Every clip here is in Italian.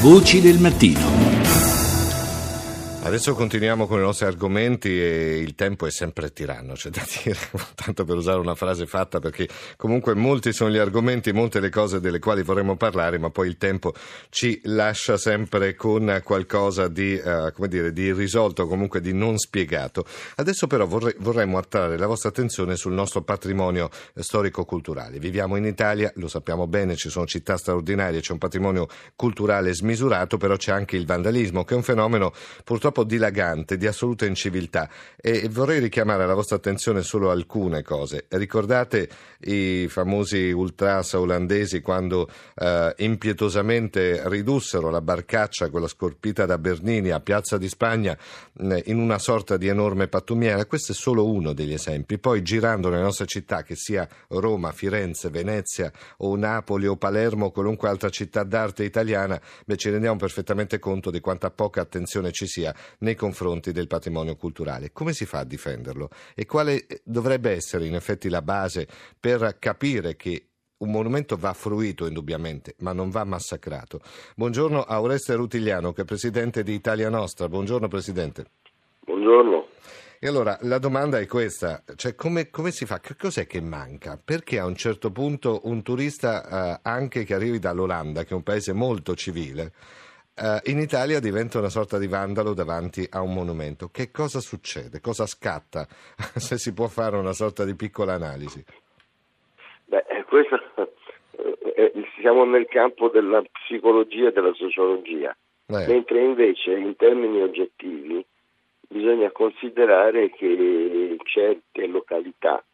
Voci del mattino. Adesso continuiamo con i nostri argomenti e il tempo è sempre tiranno, c'è da dire, tanto per usare una frase fatta, perché comunque molti sono gli argomenti, molte le cose delle quali vorremmo parlare, ma poi il tempo ci lascia sempre con qualcosa di, di irrisolto, comunque di non spiegato. Adesso però vorremmo attrarre la vostra attenzione sul nostro patrimonio storico-culturale. Viviamo in Italia, lo sappiamo bene, ci sono città straordinarie, c'è un patrimonio culturale smisurato, però c'è anche il vandalismo, che è un fenomeno purtroppo dilagante, di assoluta inciviltà, e vorrei richiamare la vostra attenzione solo a alcune cose. Ricordate i famosi ultras olandesi quando impietosamente ridussero la barcaccia, quella scolpita da Bernini, a Piazza di Spagna in una sorta di enorme pattumiera? Questo è solo uno degli esempi. Poi girando nelle nostre città, che sia Roma, Firenze, Venezia o Napoli o Palermo o qualunque altra città d'arte italiana, ci rendiamo perfettamente conto di quanta poca attenzione ci sia nei confronti del patrimonio culturale. Come si fa a difenderlo? E quale dovrebbe essere in effetti la base per capire che un monumento va fruito indubbiamente, ma non va massacrato? Buongiorno a Oreste Rutigliano, che è presidente di Italia Nostra. Buongiorno Presidente. Buongiorno. E allora la domanda è questa, cioè come si fa? Che cos'è che manca? Perché a un certo punto un turista anche che arrivi dall'Olanda, che è un paese molto civile, in Italia diventa una sorta di vandalo davanti a un monumento? Che cosa succede? Cosa scatta? Se si può fare una sorta di piccola analisi. Questo siamo nel campo della psicologia e della sociologia, mentre invece in termini oggettivi bisogna considerare che certe località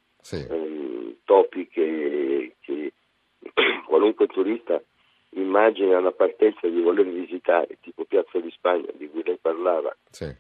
topiche che qualunque turista immagina alla partenza di voler visitare, tipo Piazza di Spagna di cui lei parlava,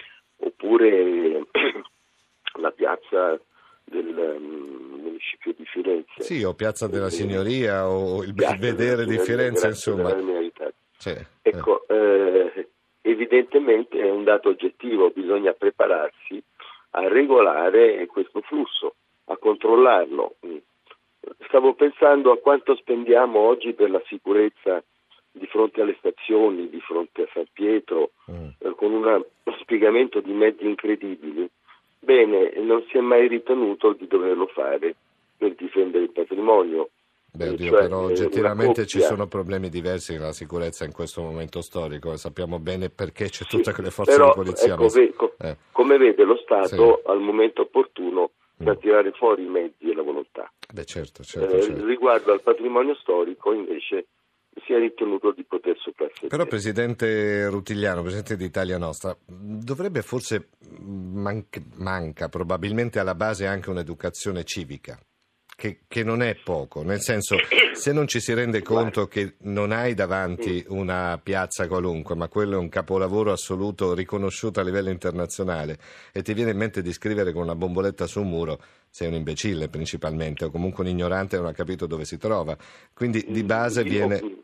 oppure la piazza del municipio di Firenze, o Piazza della Signoria o il Belvedere di Firenze, insomma. Ecco, evidentemente è un dato oggettivo, bisogna prepararsi a regolare questo flusso, a controllarlo. Stavo pensando a quanto spendiamo oggi per la sicurezza di fronte alle stazioni, di fronte a San Pietro, con uno spiegamento di mezzi incredibili. Bene, non si è mai ritenuto di doverlo fare per difendere il patrimonio. Però oggettivamente ci sono problemi diversi nella sicurezza in questo momento storico, sappiamo bene perché c'è tutte quelle forze di polizia. Come vede, lo Stato al momento opportuno da tirare fuori i mezzi e la volontà. Certo. Riguardo al patrimonio storico invece si è ritenuto di poter sopravvivere. Però Presidente Rutigliano, Presidente di Italia Nostra, dovrebbe forse manca probabilmente alla base anche un'educazione civica, che non è poco, nel senso, se non ci si rende conto che non hai davanti una piazza qualunque, ma quello è un capolavoro assoluto riconosciuto a livello internazionale, e ti viene in mente di scrivere con una bomboletta su un muro, sei un imbecille principalmente, o comunque un ignorante e non ha capito dove si trova. Quindi di base viene...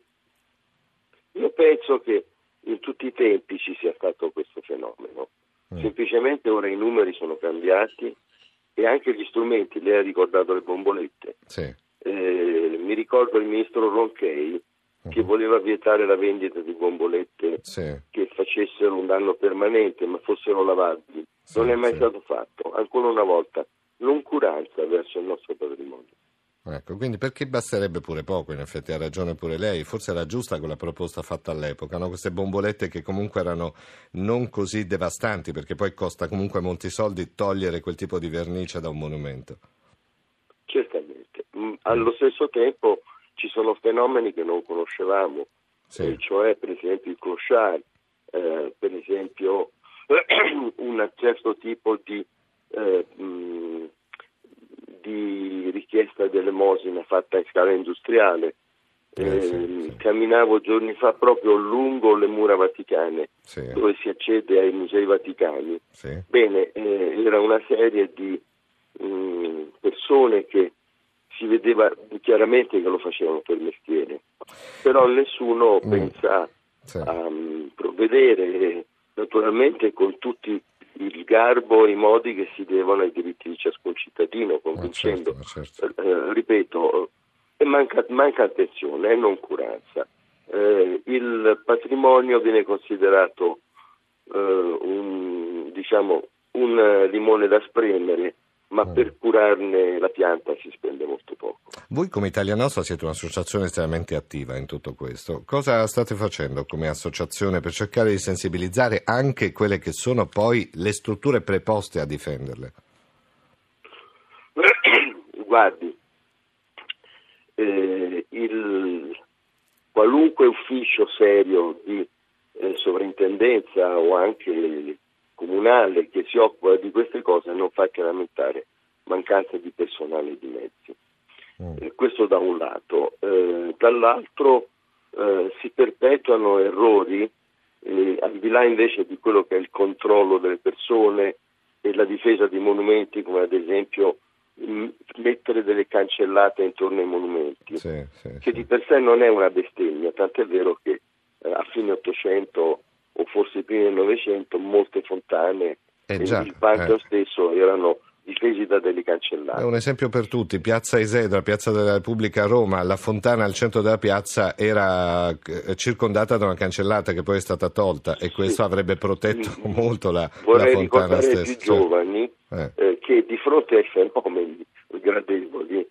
Io penso che in tutti i tempi ci sia stato questo fenomeno, semplicemente ora i numeri sono cambiati e anche gli strumenti. Lei ha ricordato le bombolette. Mi ricordo il ministro Ronchey che voleva vietare la vendita di bombolette che facessero un danno permanente ma fossero lavabili. Non è mai stato fatto. Ancora una volta, noncuranza verso il nostro patrimonio. Ecco, quindi perché basterebbe pure poco, in effetti ha ragione pure lei, forse era giusta quella proposta fatta all'epoca, no? Queste bombolette che comunque erano non così devastanti, perché poi costa comunque molti soldi togliere quel tipo di vernice da un monumento. Certamente, allo stesso tempo ci sono fenomeni che non conoscevamo, cioè per esempio il clochard, per esempio un certo tipo di richiesta dell'elemosina fatta in scala industriale. Camminavo giorni fa proprio lungo le mura vaticane, dove si accede ai musei vaticani. Bene, era una serie di persone che si vedeva chiaramente che lo facevano per mestiere, però nessuno pensa a provvedere, naturalmente con tutti il garbo e i modi che si devono ai diritti di ciascun cittadino, convincendo, ripeto, e manca attenzione e noncuranza. il patrimonio viene considerato un limone da spremere, ma per curarne la pianta si spende molto poco. Voi come Italia Nostra siete un'associazione estremamente attiva in tutto questo. Cosa state facendo come associazione per cercare di sensibilizzare anche quelle che sono poi le strutture preposte a difenderle? Guardi, qualunque ufficio serio di sovrintendenza o anche comunale che si occupa di queste cose non fa che lamentare mancanza di personale e di mezzi. Questo da un lato. Dall'altro si perpetuano errori al di là invece di quello che è il controllo delle persone e la difesa dei monumenti, come ad esempio mettere delle cancellate intorno ai monumenti, che di per sé non è una bestemmia, tant'è vero che a fine 800 o forse prima del Novecento molte fontane e il Pantheon stesso erano difesi da delle cancellate. È un esempio per tutti: Piazza Isidra, Piazza della Repubblica a Roma, la fontana al centro della piazza era circondata da una cancellata che poi è stata tolta, e questo avrebbe protetto molto la fontana stessa. Vorrei ricordare ai più giovani che di fronte ai fenomeni gradevoli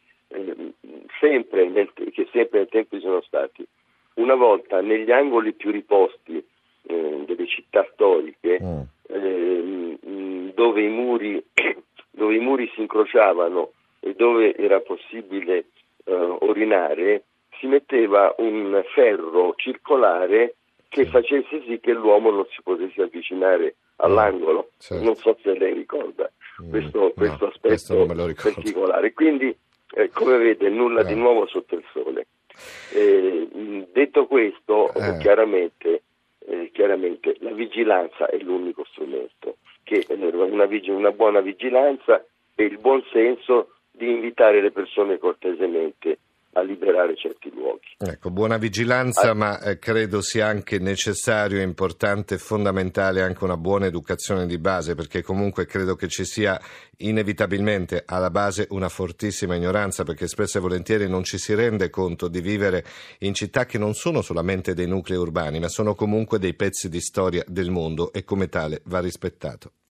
che sempre nei tempi sono stati, una volta negli angoli più riposti delle città storiche, dove i muri si incrociavano e dove era possibile orinare, si metteva un ferro circolare che facesse sì che l'uomo non si potesse avvicinare all'angolo. Non so se lei ricorda questo aspetto particolare. Quindi, come vede, nulla di nuovo sotto il sole. Detto questo, chiaramente la vigilanza è l'unico strumento, che una buona vigilanza e il buon senso di invitare le persone cortesemente a liberare certi luoghi. Ecco, buona vigilanza, ma credo sia anche necessario, importante e fondamentale anche una buona educazione di base, perché comunque credo che ci sia inevitabilmente alla base una fortissima ignoranza, perché spesso e volentieri non ci si rende conto di vivere in città che non sono solamente dei nuclei urbani, ma sono comunque dei pezzi di storia del mondo, e come tale va rispettato.